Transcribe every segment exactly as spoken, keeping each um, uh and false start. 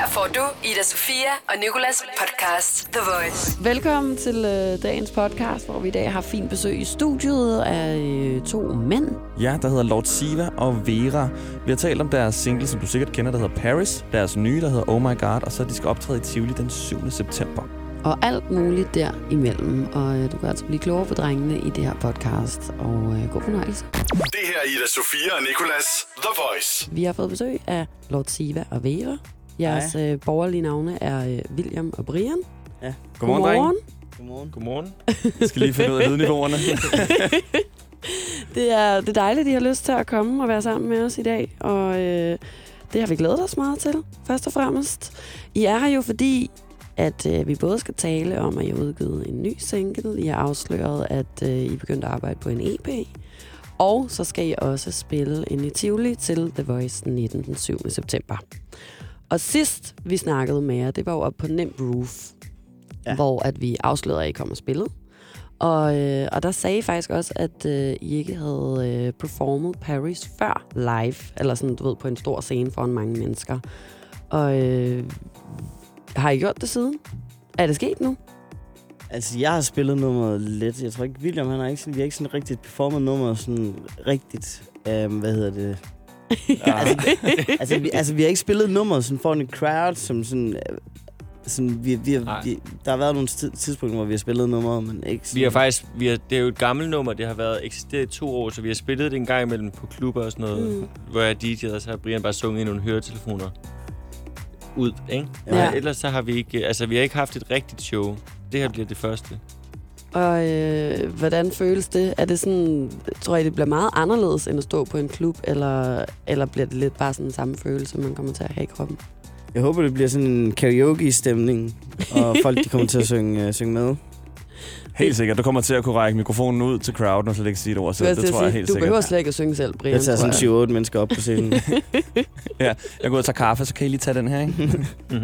Her får du Ida Sofia og Nicolas podcast The Voice. Velkommen til øh, dagens podcast, hvor vi i dag har fint besøg i studiet af øh, to mænd. Ja, der hedder Lord Siva og Vera. Vi har talt om deres single, som du sikkert kender, der hedder Paris. Deres nye, der hedder Oh My God, og så de skal optræde i Tivoli den syvende september. Og alt muligt der imellem. Og øh, du kan altså blive klogere på drengene i det her podcast. Og øh, god fornøjelse. Det her er Ida Sofia og Nicolas, The Voice. Vi har fået besøg af Lord Siva og Vera. Jeres øh, borgerlige navne er øh, William og Brian. Ja. Godmorgen, Godmorgen. Godmorgen. Godmorgen. Jeg skal lige finde ud af lydniveauerne. det, er, det er dejligt, at I har lyst til at komme og være sammen med os i dag. Og øh, det har vi glædet os meget til, først og fremmest. I er her jo fordi, at øh, vi både skal tale om, at I har udgivet en ny single. I har afsløret, at øh, I er begyndt at arbejde på en E P. Og så skal I også spille ind i Tivoli til The Voice nitten den syvende september. Og sidst vi snakkede med jer, det var jo op på Nem Roof, ja. Hvor at vi afslørede, at I kom og spillede. Og, øh, og der sagde I faktisk også, at øh, I ikke havde øh, performet Paris før live, eller sådan, du ved, på en stor scene foran mange mennesker. Og øh, har I gjort det siden? Er det sket nu? Altså, jeg har spillet nummeret lidt. Jeg tror ikke, William, han har ikke sådan, vi har ikke sådan rigtigt performet nummeret sådan rigtigt. Um, hvad hedder det? altså, altså, vi, altså, vi har ikke spillet nummeret sådan foran en crowd, som sådan... sådan vi, vi, vi, der har været nogle tidspunkter, hvor vi har spillet nummeret, men ikke sådan... Vi har faktisk... Vi har, det er jo et gammelt nummer, det har været eksisteret i to år, så vi har spillet det en gang imellem på klubber og sådan noget, mm. hvor jeg D J'ede, og så har Brian bare sunget i nogle høretelefoner ud, ikke? Ja. Ja, ellers så har vi ikke... Altså, vi har ikke haft et rigtigt show. Det her bliver det første. Og øh, hvordan føles det? Er det sådan, tror I, det bliver meget anderledes, end at stå på en klub, eller, eller bliver det lidt bare sådan samme følelse, man kommer til at have i kroppen? Jeg håber, det bliver sådan en karaoke-stemning, og folk de kommer til at synge, uh, synge med. Helt sikkert. Du kommer til at kunne række mikrofonen ud til crowden, og så ikke sige et ord selv. Det tror jeg helt du sikkert. Du behøver slet ikke at synge selv, Brian. Jeg tager sådan syv otte mennesker op på scenen. Ja, jeg går ud og tager kaffe, så kan I lige tage den her, ikke?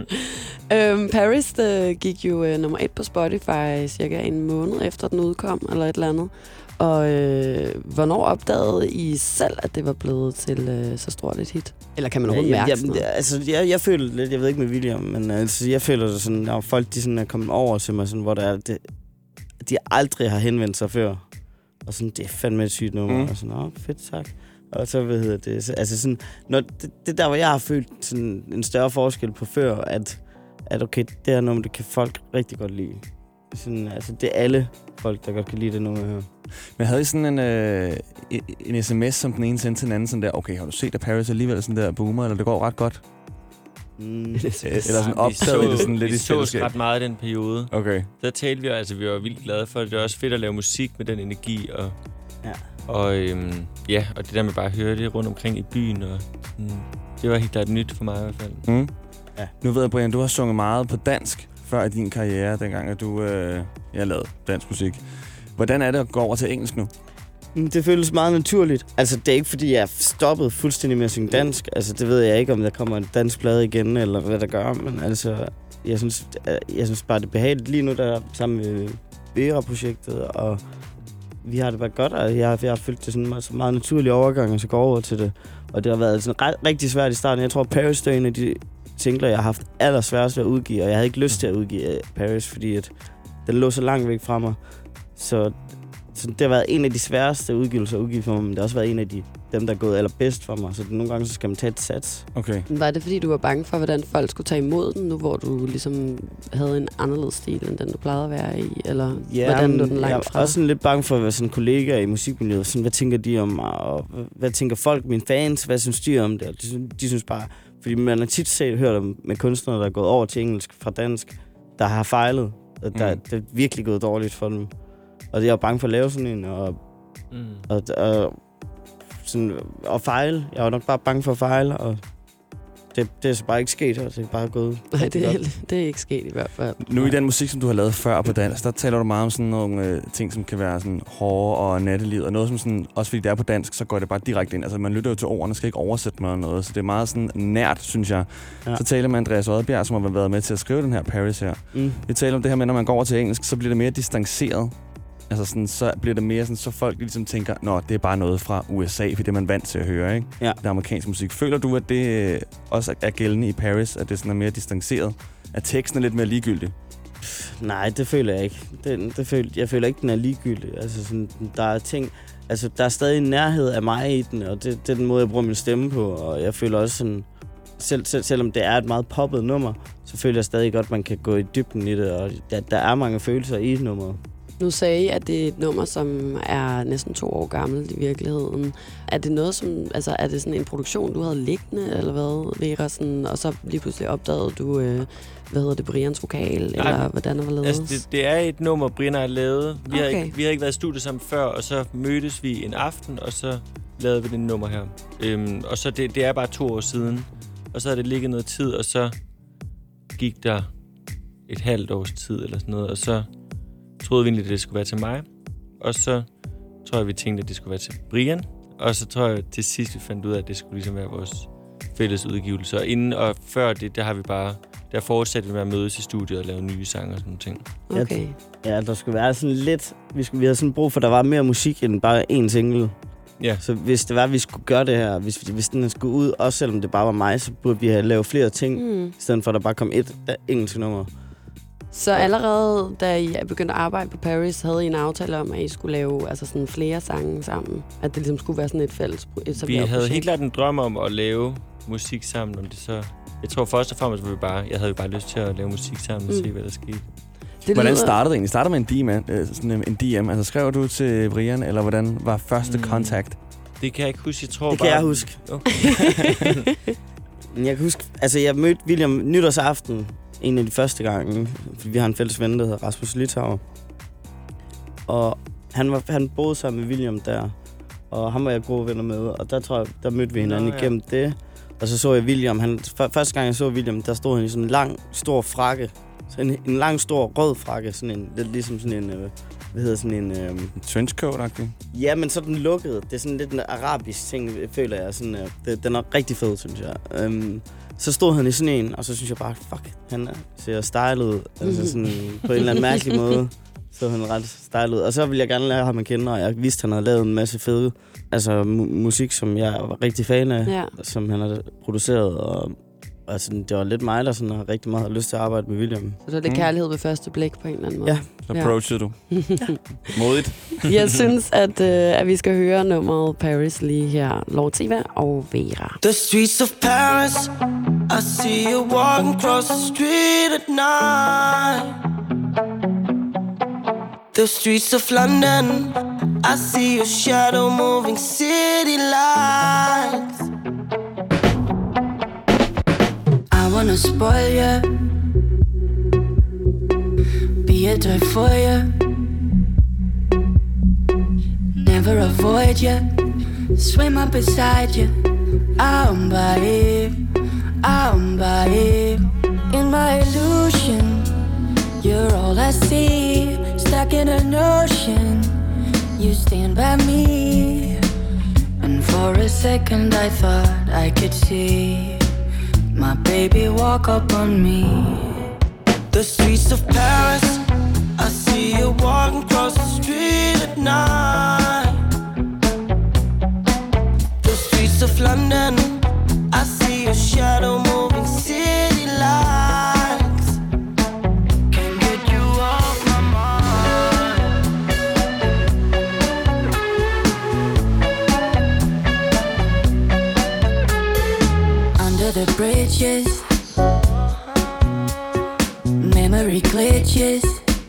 øhm, Paris uh, gik jo uh, nummer et på Spotify cirka en måned efter den udkom, eller et eller andet. Og øh, hvornår opdagede I selv, at det var blevet til øh, så stort et hit? Eller kan man overhovedet ja, mærke ja, sådan noget? Altså, jeg, jeg føler lidt, jeg ved ikke med William, men altså, jeg føler det sådan, der er folk, de sådan er kommet over til mig, sådan, hvor der er, det, de aldrig har henvendt sig før. Og sådan, det er fandme et sygt nummer. Mm. Og sådan, åh, fedt, tak. Og så, hvad hedder det, så, altså sådan, når, det, det der, hvor jeg har følt sådan en større forskel på før, at, at okay, det her nummer, det kan folk rigtig godt lide. Sådan, altså, det er alle folk, der godt kan lide det nummer her. Men havde I sådan en, øh, en sms, som den ene sendte til den anden, sådan der, okay, har du set, at Paris alligevel sådan der boomer, eller det går ret godt? Mm. Eller sådan optaget det sådan lidt vi i så ret meget i den periode. Okay. Der talte vi, altså vi var vildt glade for det. Det er også fedt at lave musik med den energi, og, ja. og, øhm, ja, og det der med bare at høre det rundt omkring i byen, og sådan, det var helt klart nyt for mig i hvert fald. Mm. Ja. Nu ved jeg, Brian, du har sunget meget på dansk før i din karriere, dengang at du øh, ja, lavede dansk musik. Hvordan er det at gå over til engelsk nu? Det føles meget naturligt. Altså, det er ikke, fordi jeg er stoppet fuldstændig med at synge dansk. Altså, det ved jeg ikke, om der kommer en dansk plade igen, eller hvad der gør. Men altså, jeg synes, jeg synes bare, det er behageligt lige nu, der er sammen med Vera-projektet. Og vi har det bare godt, og jeg har, jeg har følt det sådan meget, så meget naturlig overgang, og så gå over til det. Og det har været sådan ret, rigtig svært i starten. Jeg tror, Paris er en af de singler, jeg har haft allersværest ved at udgive. Og jeg havde ikke lyst til at udgive Paris, fordi at den lå så langt væk fra mig. Så, så det har været en af de sværeste udgivelser at udgive for mig, men det har også været en af de, dem, der er gået allerbedst for mig. Så nogle gange så skal man tage et sats. Okay. Var det, fordi du var bange for, hvordan folk skulle tage imod den, nu hvor du ligesom havde en anderledes stil, end den du plejede at være i? Eller ja, hvordan lå den langt jeg fra? Jeg er også sådan lidt bange for at være sådan kollegaer i musikmiljøet. Sådan, hvad tænker de om mig? Og hvad tænker folk, mine fans? Hvad synes de om det? De, de synes bare... Fordi man har tit set, hørt om med kunstnere, der er gået over til engelsk fra dansk, der har fejlet. Og der, mm. det er virkelig gået dårligt for dem. Og jeg er bange for at lave sådan en, og, mm. og, og, sådan, og fejle. Jeg var nok bare bange for at fejle, og det, det er så bare ikke sket, og det er bare gået. Nej, det er, det er ikke sket i hvert fald. Nu i den musik, som du har lavet før på dansk, der taler du meget om sådan nogle øh, ting, som kan være sådan hårde og nattelivet, og noget som sådan, også fordi det er på dansk, så går det bare direkte ind. Altså man lytter jo til ordene, skal ikke oversætte mig noget, så det er meget sådan nært, synes jeg. Ja. Så taler med Andreas Odbjerg, som har været med til at skrive den her Paris her. Mm. Vi taler om det her med, når man går over til engelsk, så bliver det mere distanceret. Altså sådan, så bliver det mere sådan, så folk ligesom tænker, nå, det er bare noget fra U S A, for det er man vant til at høre, ikke? Ja. Det amerikanske musik. Føler du, at det også er gældende i Paris, at det sådan er mere distanceret? At teksten er lidt mere ligegyldig? Nej, det føler jeg ikke. Det, det føler, jeg føler ikke, den er ligegyldig. Altså, sådan, der er ting... Altså, der er stadig en nærhed af mig i den, og det, det er den måde, jeg bruger min stemme på. Og jeg føler også sådan... Selv, selv, selvom det er et meget poppet nummer, så føler jeg stadig godt, at man kan gå i dybden i det, og der, der er mange følelser i nummeret. Nu sagde I, at det er et nummer, som er næsten to år gammelt i virkeligheden. Er det noget, som... Altså, er det sådan en produktion, du havde liggende, eller hvad, Vera? Sådan, og så lige pludselig opdagede du, øh, hvad hedder det, Brians vokal, eller Nej, hvordan det var lavet? Altså, det, det er et nummer, Brian har lavet. Vi, Okay. har ikke, vi har ikke været i studiet sammen før, og så mødtes vi en aften, og så lavede vi det nummer her. Øhm, og så det, det er bare to år siden. Og så har det ligget noget tid, og så gik der et halvt års tid, eller sådan noget, og så troede vi egentlig, at det skulle være til mig. Og så tror jeg, vi tænkte, at det skulle være til Brian. Og så tror jeg, til sidst, vi fandt ud af, at det skulle ligesom være vores fælles udgivelse. Og inden og før det, der har vi bare... Der fortsatte vi med at mødes i studiet og lave nye sange og sådan nogle ting. Okay. Ja, der skulle være sådan lidt... Vi, skulle, vi havde sådan brug for, at der var mere musik end bare én single. Ja. Så hvis det var, at vi skulle gøre det her, hvis, hvis den skulle ud, også selvom det bare var mig, så burde vi have lavet flere ting, Mm. i stedet for, at der bare kom et der engelsk nummer. Så allerede, da I begyndte at arbejde på Paris, havde I en aftale om, at I skulle lave altså sådan flere sange sammen? At det ligesom skulle være sådan et fælles et Vi havde projekt? helt klart en drøm om at lave musik sammen, om det så... Jeg tror først og fremmest, vi bare... Jeg havde jo bare lyst til at lave musik sammen og Mm. se, hvad der skete. Det Hvordan lyder- startede det egentlig? Startede med en D M, øh, sådan en en D M. Altså skrev du til Brian, eller hvordan var første Mm. kontakt? Det kan jeg ikke huske. Jeg tror Det bare... kan jeg huske. Okay. Men jeg kan huske, altså jeg mødte William nytårsaften, en af de første gange, fordi vi har en fælles ven, der hedder Rasmus Litauer. Og han, var, han boede sammen med William der, og ham var jeg gode venner med, og der tror jeg, der mødte vi hinanden Nå, ja. igennem det. Og så så jeg William, han, f- første gang jeg så William, der stod han i sådan en lang, stor frakke. Så en, en lang, stor rød frakke, sådan en, lidt ligesom sådan en, øh, hvad hedder sådan en... Øh, Trenchcoat-agtig? ja, men så er den lukket. Det er sådan lidt en arabisk ting, føler jeg. Sådan, øh, det, den er rigtig fed, synes jeg. Um, så stod han i sådan en, og så synes jeg bare, fuck, han er, ser stylet ud. Altså sådan på en eller anden mærkelig måde. Så han ret stylet ud. Og så ville jeg gerne lære ham at kende, og jeg vidste, han havde lavet en masse fede altså, mu- musik, som jeg var rigtig fan af, Ja. som han havde produceret. Og, og sådan, det var lidt mig, der sådan, har rigtig meget lyst til at arbejde med William. Så det er lidt Mm. kærlighed ved første blik på en eller anden måde. Ja. Så Ja. approachede du. Modigt. Jeg synes, at, øh, at vi skal høre nummeret Paris lige her. Lortiva og Vera. The streets of Paris, I see you walking across the street at night. The streets of London, I see your shadow moving city lights. I wanna spoil you, be a toy for you, never avoid you, swim up beside you. I'm by I'm by in my illusion. You're all I see, stuck in an ocean. You stand by me, and for a second I thought I could see my baby walk up on me. The streets of Paris, I see you walking across the street at night. The streets of London, I see your shadow moving city lights. Can't get you off my mind. Under the bridges, memory glitches,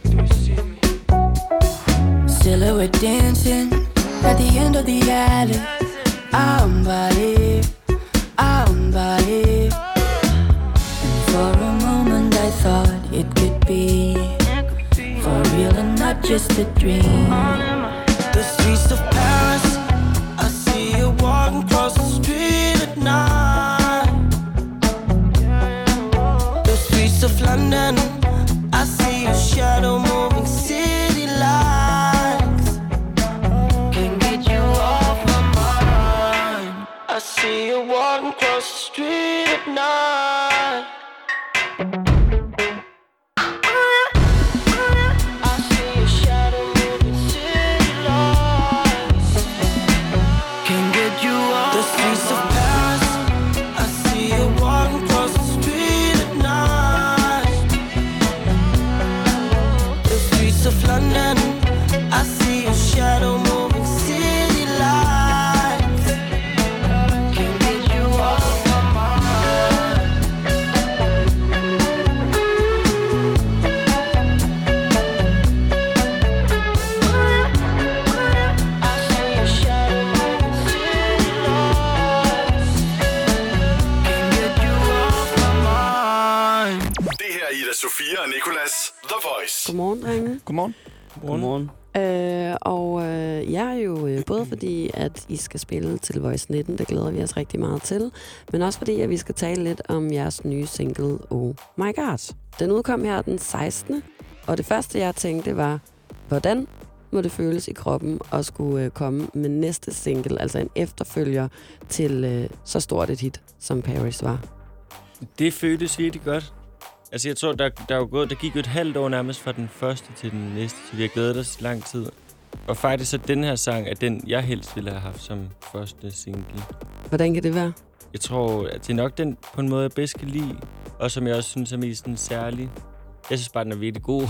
silhouette dancing at the end of the alley. I'm by it, I'm by it. And for a moment I thought it could be for real and not just a dream. The streets of Paris, I see you walking across the street at night. The streets of London, I see your shadow moving city lights. Can't get you off my mind. I see you walking across the street at night. I see your shadow moving city og Nicolas, The Voice. Godmorgen, drenge. Godmorgen. Godmorgen. Øh, og øh, jeg er jo øh, både fordi, at I skal spille til Voice nitten, det glæder vi os rigtig meget til, men også fordi, at vi skal tale lidt om jeres nye single, Oh My God. Den udkom her den sekstende og det første, jeg tænkte, var, hvordan må det føles i kroppen at skulle øh, komme med næste single, altså en efterfølger til øh, så stort et hit, som Paris var? Det føltes virkelig godt. Altså, jeg tror, der, der, er gået, der gik jo et halvt år nærmest fra den første til den næste, så vi har glædet os lang tid. Og faktisk så den her sang er den, jeg helst ville have haft som første single. Hvordan kan det være? Jeg tror, at det er nok den på en måde, jeg bedst kan lide, og som jeg også synes er mest sådan særlig. Jeg synes bare, den er virkelig god.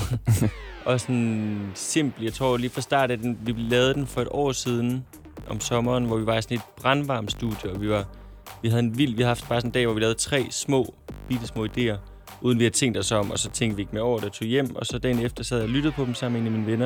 Og sådan simpel. Jeg tror lige fra start, at den, vi lavede den for et år siden om sommeren, hvor vi var i sådan et brandvarmt studie, og vi var vi havde en vild, vi havde haft bare sådan en dag, hvor vi lavede tre små, bitte små idéer, uden vi havde tænkt os om, og så tænkte vi ikke mere over det og tog hjem, og så dagen efter sad jeg og lyttede på dem sammen med en af mine venner.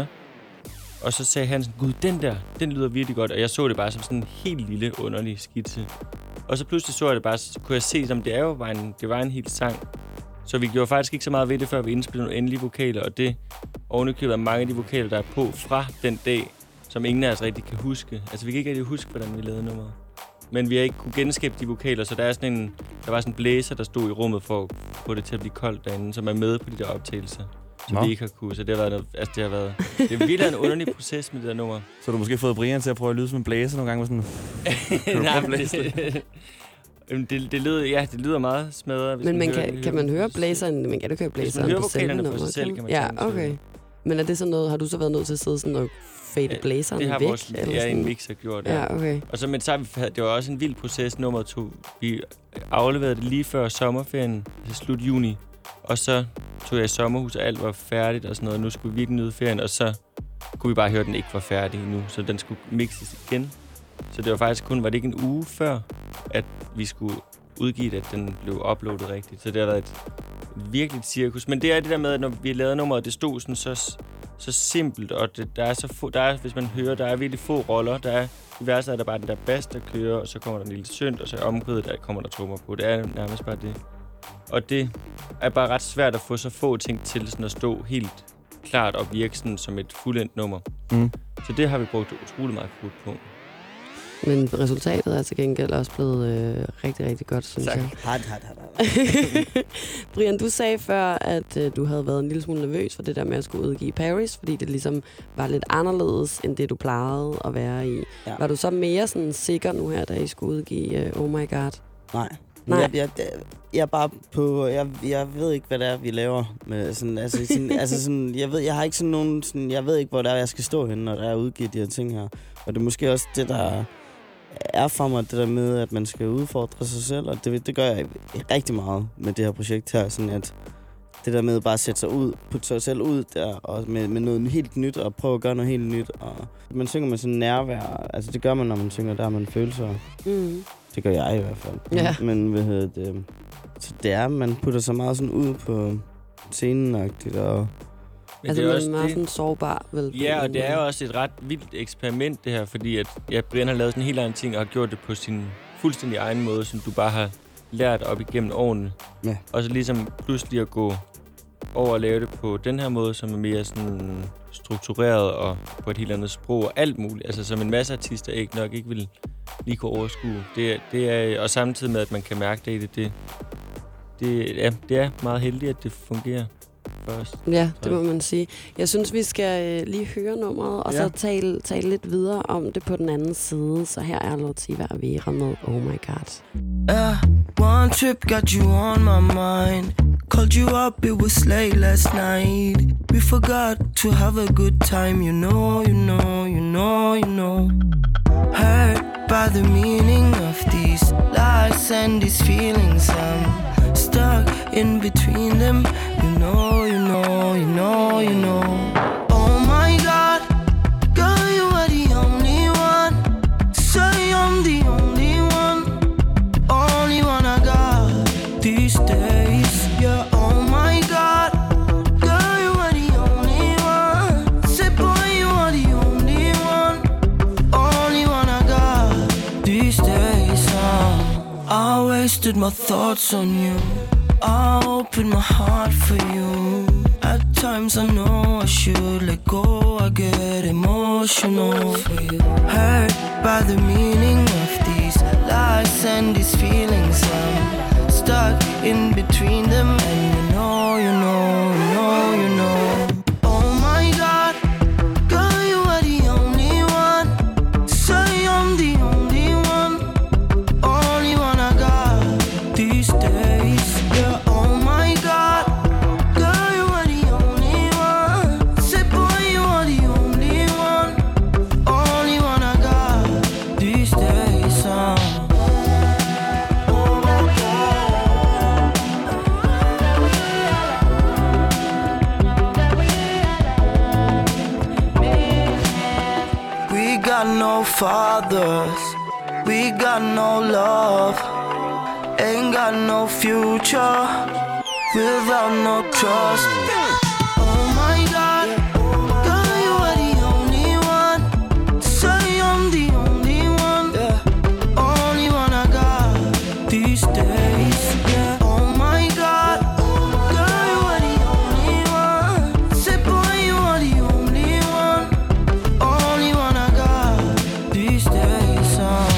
Og så sagde han sådan, gud, den der, den lyder virkelig godt, og jeg så det bare som sådan en helt lille, underlig skitse. Og så pludselig så jeg det bare, så kunne jeg se, som det er jo var en, det var en hel sang. Så vi gjorde faktisk ikke så meget ved det, før vi indspillede nogle endelige vokaler, og det ovenikøbet er mange af de vokaler, der er på fra den dag, som ingen af os rigtig kan huske. Altså, vi kan ikke rigtig huske, hvordan vi lavede nummeret. Men vi har ikke kunne genskabe de vokaler, så der er sådan en, der var sådan en blæser, der stod i rummet for at få det til at blive koldt derinde, som er med på de der optagelser, som Nå. vi ikke har kunne. Så det har været, noget, altså det har været, det er virkelig en underlig proces med det der nummer. Så har du måske fået Brian til at prøve at lyde som en blæser nogle gange med sådan... Kan du prøve at blæse lidt? Det, det, lyder, ja, det lyder meget smadret. Men man hører, kan, kan man høre blæseren? Man kan ikke høre blæseren hører på selve vokalerne for nummeret, sig selv, kan man Ja, tænke sig. okay. Men er det sådan noget, har du så været nødt til at sidde sådan og fade blæseren det har væk? vores, eller ja, sådan? en mixer gjort, ja. Ja, okay. Og så, men så har vi, det var også en vild proces, nummer to. Vi afleverede det lige før sommerferien, til slut juni. Og så tog jeg i sommerhus, og alt var færdigt og sådan noget. Nu skulle vi virkelig nyde ferien, og så kunne vi bare høre, at den ikke var færdig endnu. Så den skulle mixes igen. Så det var faktisk kun, var det ikke en uge før, at vi skulle udgive det, at den blev uploadet rigtigt. Så det har været et virkelig cirkus. Men det er det der med, at når vi lavede nummeret, det stod sådan så, så simpelt, og det, der er så få, der er, hvis man hører, der er virkelig få roller. Der er, i værste er der bare den der bass, der kører, og så kommer der en lille synt, og så i omkvædet, der kommer der trommer på. Det er nærmest bare det. Og det er bare ret svært at få så få ting til sådan at stå helt klart og virke sådan som et fuldendt nummer. Mm. Så det har vi brugt utrolig meget krudt på. Men resultatet er til gengæld også blevet øh, rigtig, rigtig godt, synes Tak. jeg. Hard, hard, hard. Brian, du sagde før, at øh, du havde været en lille smule nervøs for det der med at skulle udgive Paris, fordi det ligesom var lidt anderledes, end det du plejede at være i. Ja. Var du så mere sådan sikker nu her, da I skulle udgive øh, Oh My God? Nej. Nej. Jeg, jeg, jeg er bare på... Jeg, jeg ved ikke, hvad det er, vi laver. Med sådan, altså, sådan, altså sådan, jeg, ved, jeg har ikke sådan nogen... Sådan, jeg ved ikke, hvor der er, jeg skal stå henne, når der er udgivet de her ting her. Og det er måske også det, der er for mig, det der med, at man skal udfordre sig selv. Og det, det gør jeg rigtig meget med det her projekt her. Sådan at det der med bare at sætte sig ud, putte sig selv ud der, og med, med noget helt nyt, og prøve at gøre noget helt nyt. Og man synger med sådan nærvær. Altså det gør man, når man synger, der har man følelser. Mm. Det gør jeg i hvert fald. Ja. Men hvad hedder det? Så det er, man putter sig meget sådan ud på scenen-agtigt, og... Men Altså det er man også er meget det. sådan sårbar, vel? Ja, og det er jo også et ret vildt eksperiment, det her, fordi at ja, Brian har lavet sådan en helt anden ting, og har gjort det på sin fuldstændig egen måde, som du bare har lært op igennem årene. Ja. Og så ligesom pludselig at gå over og lave det på den her måde, som er mere sådan struktureret og på et helt andet sprog og alt muligt. Altså som en masse artister ikke nok ikke vil lige kunne overskue. Det, det er, og samtidig med, at man kan mærke det i det, det, det, ja, det er meget heldigt, at det fungerer først. Ja, det må man sige. Jeg synes, vi skal øh, lige høre nummeret, og Ja. så tale, tale lidt videre om det på den anden side. Så her er Lotiva Vera med Oh My God. Uh, one trip got you on my mind. Called you up, it was late last night. We forgot to have a good time, you know, you know, you know, you know. Hurt by the meaning of these lies and these feelings. I'm stuck in between them, you know, you know, you know, you know. Oh my God, girl, you are the only one. Say I'm the only one, only one I got these days. Yeah, oh my God, girl, you are the only one. Say boy, you are the only one, only one I got these days. Oh, I wasted my thoughts on you, I opened my heart for you. Sometimes I know I should let go, I get emotional. Feel hurt by the meaning of these lies and these feelings. I'm stuck in between them, and you know, you know, you know, you know. Oh my God, girl, you are the only one. Say I'm the only one, only one I got these days. Yeah, oh my God. No fathers, we got no love, ain't got no future without no trust. Oh my God, girl, you are the only one. Say I'm the only one, only one I got these days. Yeah. Oh my God, girl, you are the only one. Say boy, you are the only one, only one I got these days. Uh.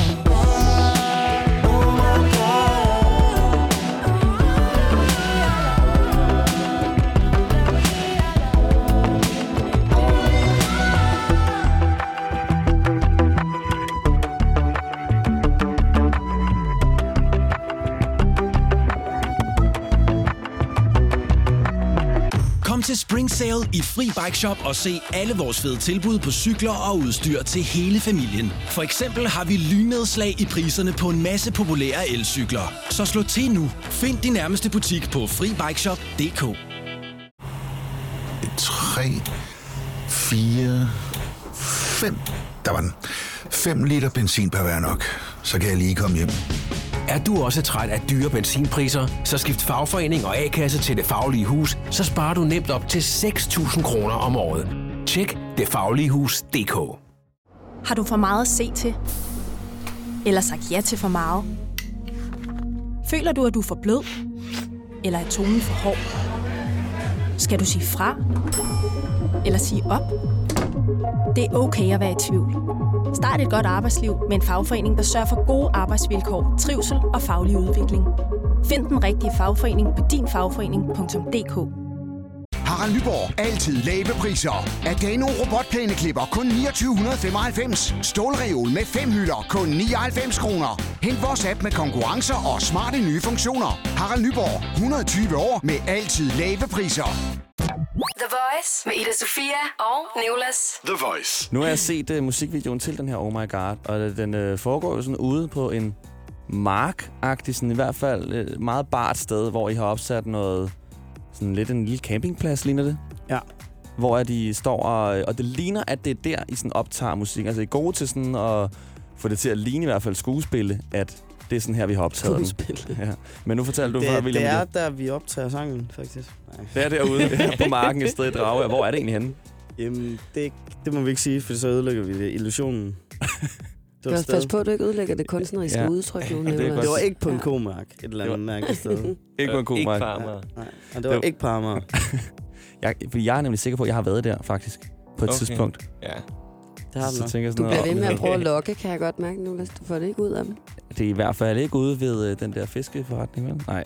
Kom til Spring Sale i Fri Bike Shop og se alle vores fede tilbud på cykler og udstyr til hele familien. For eksempel har vi lynnedslag i priserne på en masse populære elcykler. Så slå til nu. Find din nærmeste butik på fri bike shop punktum d k. tre, fire, fem. Der var den. fem liter benzin per hver nok. Så kan jeg lige komme hjem. Er du også træt af dyre benzinpriser, så skift fagforening og A-kasse til Det Faglige Hus, så sparer du nemt op til seks tusind kroner om året. Tjek det faglige hus punktum d k. Har du for meget at se til? Eller sagt ja til for meget? Føler du, at du er for blød? Eller er tonen for hård? Skal du sige fra? Eller sige op? Det er okay at være i tvivl. Start et godt arbejdsliv med en fagforening, der sørger for gode arbejdsvilkår, trivsel og faglig udvikling. Find den rigtige fagforening på din fagforening punktum d k. Harald Nyborg. Altid lave priser. Adano robotplæneklipper kun niogtyve femoghalvfems. Stålreol med fem hylder kun nioghalvfems kroner. Hent vores app med konkurrencer og smarte nye funktioner. Harald Nyborg. hundrede og tyve år med altid lave priser. The Voice med Ida Sofia og Nicolas. The Voice. Nu har jeg set uh, musikvideoen til den her Oh My God, og den uh, foregår jo sådan ude på en mark-agtig, sådan i hvert fald uh, meget bart sted, hvor I har opsat noget, sådan lidt en lille campingplads, ligner det? Ja. Hvor er de står, og, og det ligner, at det er der, I sådan optager musik. Altså I er gode til sådan at få det til at ligne i hvert fald skuespille, at det er sådan her, vi har optaget den. Ja. Men nu fortæller du det, før, William. Det er der, vi optager sangen, faktisk. Nej. Det er derude ja, på marken et sted i Drage. Hvor er det egentlig henne? Jamen, det, det må vi ikke sige, for så ødelægger vi det. Illusionen. Du skal passe på, at du ikke ødelægger det kunstneriske ja. udtryk nu. Det, det var ikke på en komark, et eller andet mærkeligt sted. Ikke på en komark. Ikke på Amager. Nej, det var det ikke på Amager. jeg, fordi jeg er nemlig sikker på, at jeg har været der, faktisk. På et okay. tidspunkt. Ja. Det har så du bliver ved med at prøve at lokke, kan jeg godt mærke nu, hvis du får det ikke ud af dem. Det er i hvert fald ikke ude ved øh, den der fiskeforretning, vel? Nej.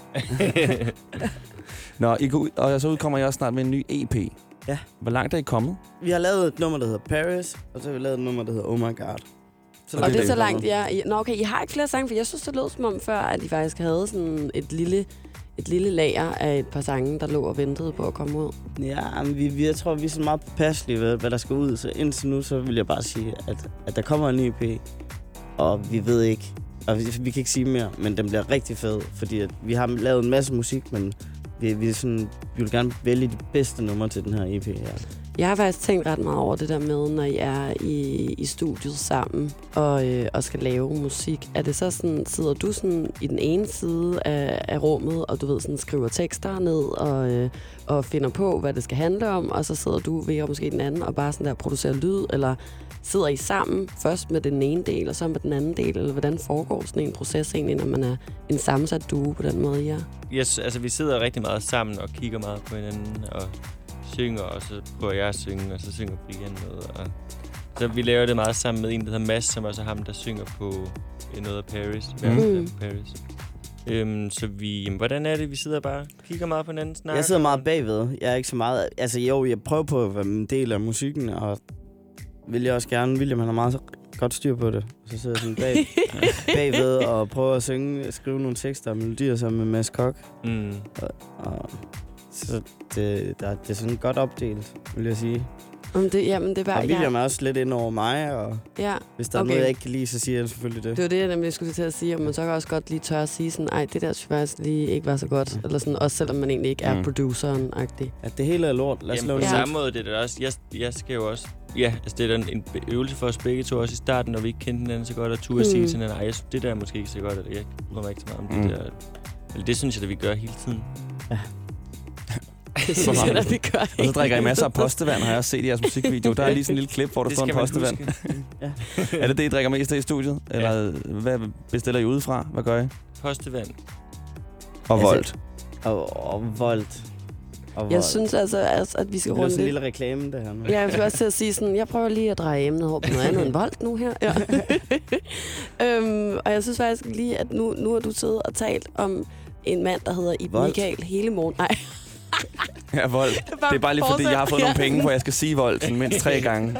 Nå, I ud, og så udkommer jeg også snart med en ny E P. Ja. Hvor langt er I kommet? Vi har lavet et nummer, der hedder Paris, og så har vi lavet et nummer, der hedder Oh My God. Så og det er så langt, ja. Nå, okay, I har ikke flere sange, for jeg synes, det lød som om før, at I faktisk havde sådan et lille, et lille lager af et par sange, der lå og ventede på at komme ud. Ja, men vi, vi, jeg tror, vi er så meget påpasselige ved, hvad der skal ud. Så indtil nu, så vil jeg bare sige, at, at der kommer en ny E P, og vi ved ikke, og vi, vi kan ikke sige mere, men den bliver rigtig fed, fordi at vi har lavet en masse musik, men vi, vi, er sådan, vi vil gerne vælge de bedste numre til den her E P her. Jeg har faktisk tænkt ret meget over det der med, når I er i, i studiet sammen og, øh, og skal lave musik. Er det så sådan, sidder du sådan i den ene side af, af rummet, og du ved sådan skriver tekster ned og, øh, og finder på, hvad det skal handle om, og så sidder du ved måske den anden og bare sådan der producerer lyd, eller sidder I sammen først med den ene del, og så med den anden del, eller hvordan foregår sådan en proces egentlig, når man er en sammensat duo på den måde, I er? Yes, altså vi sidder rigtig meget sammen og kigger meget på hinanden og synger, og så prøver jeg at synge, og så synger Brian noget. Og så vi laver det meget sammen med en, der hedder Mads, som også er ham, der synger på noget af Paris. Mm. Paris. Øhm, så vi, jamen, hvordan er det, vi sidder bare kigger meget på hinanden, snakker? Jeg sidder meget bagved. Jeg er ikke så meget... Altså jo, jeg prøver på at være en del af musikken, og vil jeg også gerne. William, han har meget godt styr på det. Så sidder jeg sådan bag, bagved og prøver at synge, skrive nogle tekster og melodier sammen med Mads Kok. Mm. Og, og, så det, der, det er sådan godt opdelt, vil jeg sige. Om det, jamen, det er bare, og William ja. er også lidt ind over mig, og ja. hvis der okay. er noget, jeg ikke kan lide, så siger jeg selvfølgelig det. Det var det, jeg nemlig skulle til at sige, og man så kan også godt lige tør at sige sådan, ej, det der synes jeg faktisk lige ikke var så godt. Mm. Eller sådan, også selvom man egentlig ikke er mm. produceren-agtig. Ja, det hele er lort. Lad os Jamen, på samme måde, det er også, jeg, jeg skal jo også, ja, altså det er en øvelse for os begge to, også i starten, når vi ikke kendte hinanden så godt, og turde mm. sige til hinanden, ej, jeg synes, det der er måske ikke så godt, eller jeg bryder mig ikke så meget om mm. det der. Eller det synes jeg, at vi gør hele tiden. Ja. Det synes jeg, at vi gør. Og så drikker I masser af postevand, har jeg også set i jeres musikvideo. Der er lige sådan en lille klip, hvor der står en postevand. Ja. Er det det, I drikker mest af i studiet? Eller ja. Hvad bestiller I udefra? Hvad gør I? Postevand. Og altså, Volt. Og, og Volt. Og jeg synes altså, altså, at vi skal runde lidt. Det er en lille reklame, det her nu. Ja, jeg vil også til at sige sådan, jeg prøver lige at dreje emnet over på noget andet end Volt nu her. Ja. øhm, og jeg synes faktisk lige, at nu, nu har du siddet og talt om en mand, der hedder Iben Michael hele morgen. Nej. Ja, Vold. Det er bare lige fordi, jeg har fået ja. nogle penge, hvor jeg skal sige Vold sådan mindst tre gange.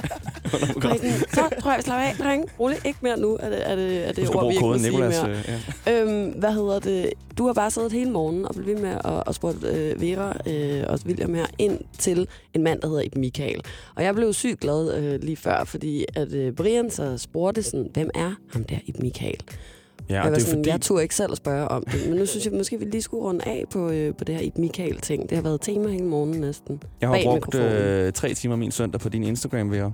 Så tror jeg, slap af, dreng. Rolig, ikke mere nu. Er det, er det, er det ord, vi ikke må sige mere. Ja. Øhm, hvad hedder det? Du har bare siddet hele morgenen og blevet ved med at, at spurgt øh, Vera øh, og William her ind til en mand, der hedder Iben Michael. Og jeg blev sygt glad øh, lige før, fordi at øh, Brian så spurgte sådan, hvem er ham der Iben Michael? Ja, jeg, var det sådan, fordi... jeg turde ikke selv at spørge om det, men nu synes jeg måske, vi lige skulle runde af på, øh, på det her Iben Michael-ting. Det har været tema hele morgenen næsten. Jeg har brugt øh, tre timer min søndag på din Instagram, Vera.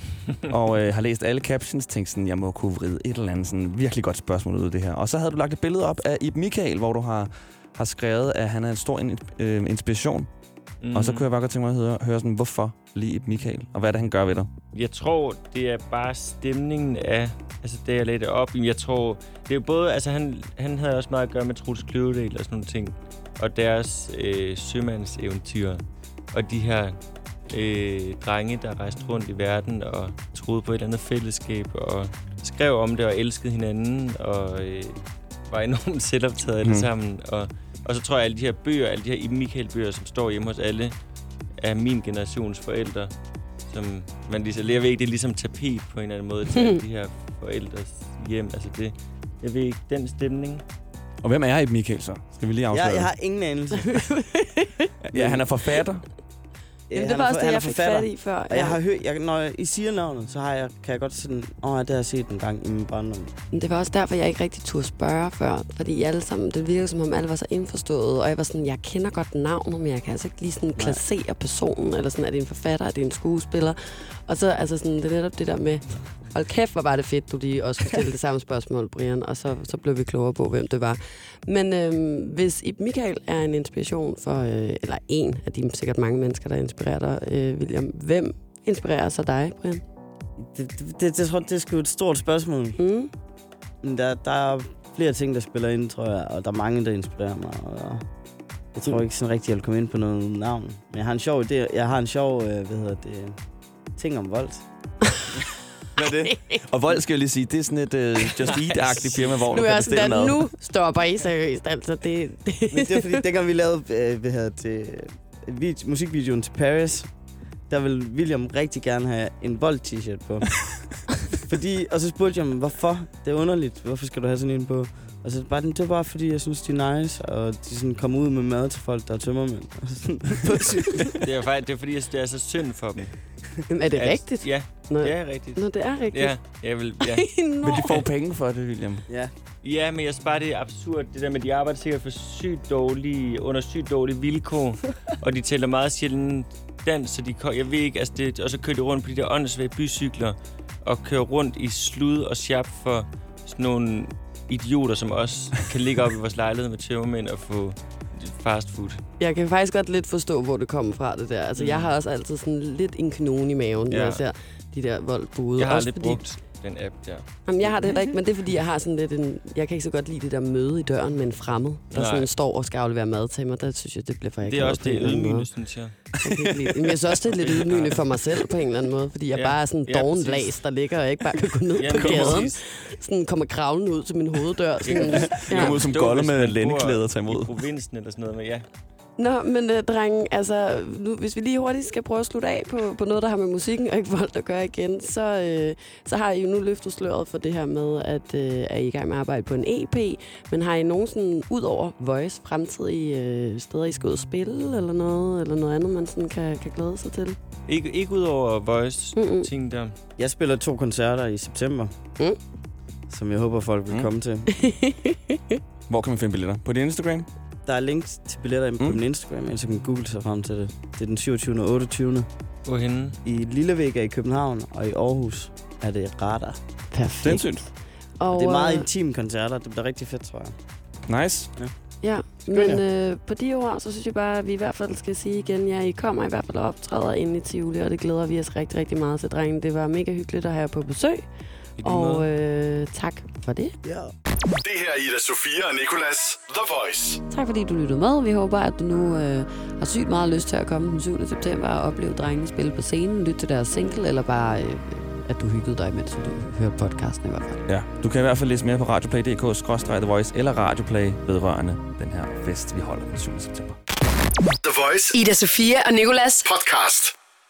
og øh, har læst alle captions, tænkt sådan, jeg må kunne vride et eller andet sådan virkelig godt spørgsmål ud af det her. Og så havde du lagt et billede op af Iben Michael, hvor du har, har skrevet, at han er en stor in, øh, inspiration. Mm. Og så kunne jeg bare godt tænke mig at høre, høre sådan, hvorfor lige Iben Michael, og hvad er det, han gør ved dig? Jeg tror, det er bare stemningen af, altså det, jeg lagde det op. Jeg tror, det er jo både, altså han, han havde også meget at gøre med Troels Kløvedal og sådan nogle ting. Og deres øh, sømandseventyr. Og de her øh, drenge, der rejste rundt i verden og troede på et eller andet fællesskab. Og skrev om det og elskede hinanden. Og øh, var enormt selvoptaget alle mm. sammen. Og, og så tror jeg, alle de her bøger, alle de her Iben Michael-bøger, som står hjemme hos alle, af min generations forældre, som man ligesom, jeg ved ikke, det er ligesom tapet på en eller anden måde til alle de her forældres hjem. Altså det, jeg ved ikke, den stemning. Og hvem er Iben Michael så? Skal vi lige afsløre? Ja, jeg har ingen anelse. ja, han er forfatter. Ja, Jamen, det var også det, jeg fik fat i før. Og ja. jeg har hørt, jeg, når I siger navnet, så har jeg, kan jeg godt sådan, åh, oh, det har jeg set en gang i min barndom. Det var også derfor, jeg ikke rigtig turde spørge før. Fordi alle sammen, det virker som om alle var så indforstået. Og jeg var sådan, jeg kender godt navnet, men jeg kan altså ikke lige sådan placere personen. Eller sådan, er det en forfatter, er det en skuespiller? Og så, altså sådan, det er netop det der med, hold kæft, hvor var det fedt, du lige også stille det samme spørgsmål, Brian. Og så, så blev vi klogere på, hvem det var. Men øhm, hvis Iben Michael er en inspiration for, øh, eller en af de sikkert mange mennesker, der inspirerer dig, øh, William, hvem inspirerer så dig, Brian? Det, det, det, det, det er sgu et stort spørgsmål. Mm. Men der, der er flere ting, der spiller ind, tror jeg, og der er mange, der inspirerer mig. Og jeg tror ikke sådan rigtigt, jeg vil komme ind på noget navn. Men jeg har en sjov idé. Jeg har en sjov, øh, hvad hedder det, ting om Volt. Hvad er det? Og Vold skal jeg lige sige, det er sådan et uh, Just Eat-agtigt firma, hvor nu du kan bestille mad. Nu stopper I seriøst, altså det... det. Men det er fordi, dengang vi lavede øh, hvad hedder det, vid- musikvideoen til Paris, der ville William rigtig gerne have en Volt-t-shirt på. fordi, og så spurgte jeg ham, hvorfor? Det er underligt, hvorfor skal du have sådan en på? Og så bare, det var bare fordi, jeg synes, de er nice, og de sådan kommer ud med mad til folk, der er tømmermænd. det er faktisk, det er fordi, det er så synd for dem. Jamen, er det at, rigtigt? Ja, Nå. det er rigtigt. Nå, det er rigtigt. Ja, jeg vil, ja. Men de får penge for det, William. Ja. Ja, men jeg synes bare, det er absurd, det der med, de arbejder sikkert for sygt dårlige, under sygt dårlige vilkår, og de tæller meget sjældent dans, så de, jeg ved ikke, altså det, og så kører de rundt på de der åndssvage bycykler, og kører rundt i slud og sjap for sådan nogle idioter, som os kan ligge op i vores lejlighed med tømmermænd og få fast food. Jeg kan faktisk godt lidt forstå, hvor det kommer fra, det der. Altså, mm. jeg har også altid sådan lidt en kanon i maven, ja. når jeg ser de der voldbude. Jeg har også lidt fordi, brugt den app der. Jamen, jeg har det heller ikke, men det er fordi, jeg har sådan lidt en... Jeg kan ikke så godt lide det der møde i døren med en fremmed, der Nej. sådan står og skal aflevere mad til mig. Der synes jeg, det bliver for Det er også det ydmygende, synes jeg. Jeg, men jeg synes også, det er lidt ydmygende for mig selv på en eller anden måde, fordi jeg Ja. bare er sådan en Ja, doven præcis. las, der ligger og ikke bare kan gå ned Ja, på men gaden. præcis. Sådan kommer kravlen ud til min hoveddør. Sådan, Det kommer ud som golde med lændeklæder til imod. I provinsen eller sådan noget, men ja. Nå, men uh, drenge, altså, nu, hvis vi lige hurtigt skal prøve at slutte af på, på noget, der har med musikken og ikke voldt at gøre igen, så, uh, så har I jo nu løftet sløret for det her med, at uh, er I i gang med at arbejde på en E P, men har I nogen sådan, ud over Voice, fremtidige uh, steder, I skal ud og spille, eller noget, eller noget andet, man sådan kan, kan glæde sig til? Ikke, ikke ud over Voice-ting der. Jeg spiller to koncerter i september, mm. som jeg håber, folk vil Mm. komme til. Hvor kan man finde billetter? På din Instagram? Der er links til billetter mm. på min Instagram, så kan man google sig frem til det. Det er den syvogtyvende og otteogtyvende Hvorhenne? I Lillevega i København, og i Aarhus er det Radar. Perfekt. Sindssygt. Og, det er meget øh, intime koncerter. Det bliver rigtig fedt, tror jeg. Nice. Ja. Ja, men øh, på de ord, så synes jeg bare, at vi i hvert fald skal sige igen, ja, I kommer i hvert fald og optræder inde i Tivoli, og det glæder vi os rigtig, rigtig meget til, drenge. Det var mega hyggeligt at have jer på besøg, og øh, tak for det. Ja. Det her er Ida Sofia og Nicolas, The Voice. Tak fordi du lyttede med. Vi håber, at du nu øh, har sygt meget lyst til at komme den syvende september og opleve drengene spille på scenen, lytte til deres single, eller bare øh, at du hyggede dig, mens du hørte podcasten i hvert fald. Ja, du kan i hvert fald læse mere på radioplay punktum d k skråstreg The Voice eller Radioplay vedrørende den her fest, vi holder den syvende september. The Voice. Ida Sofia og Nicolas. Podcast.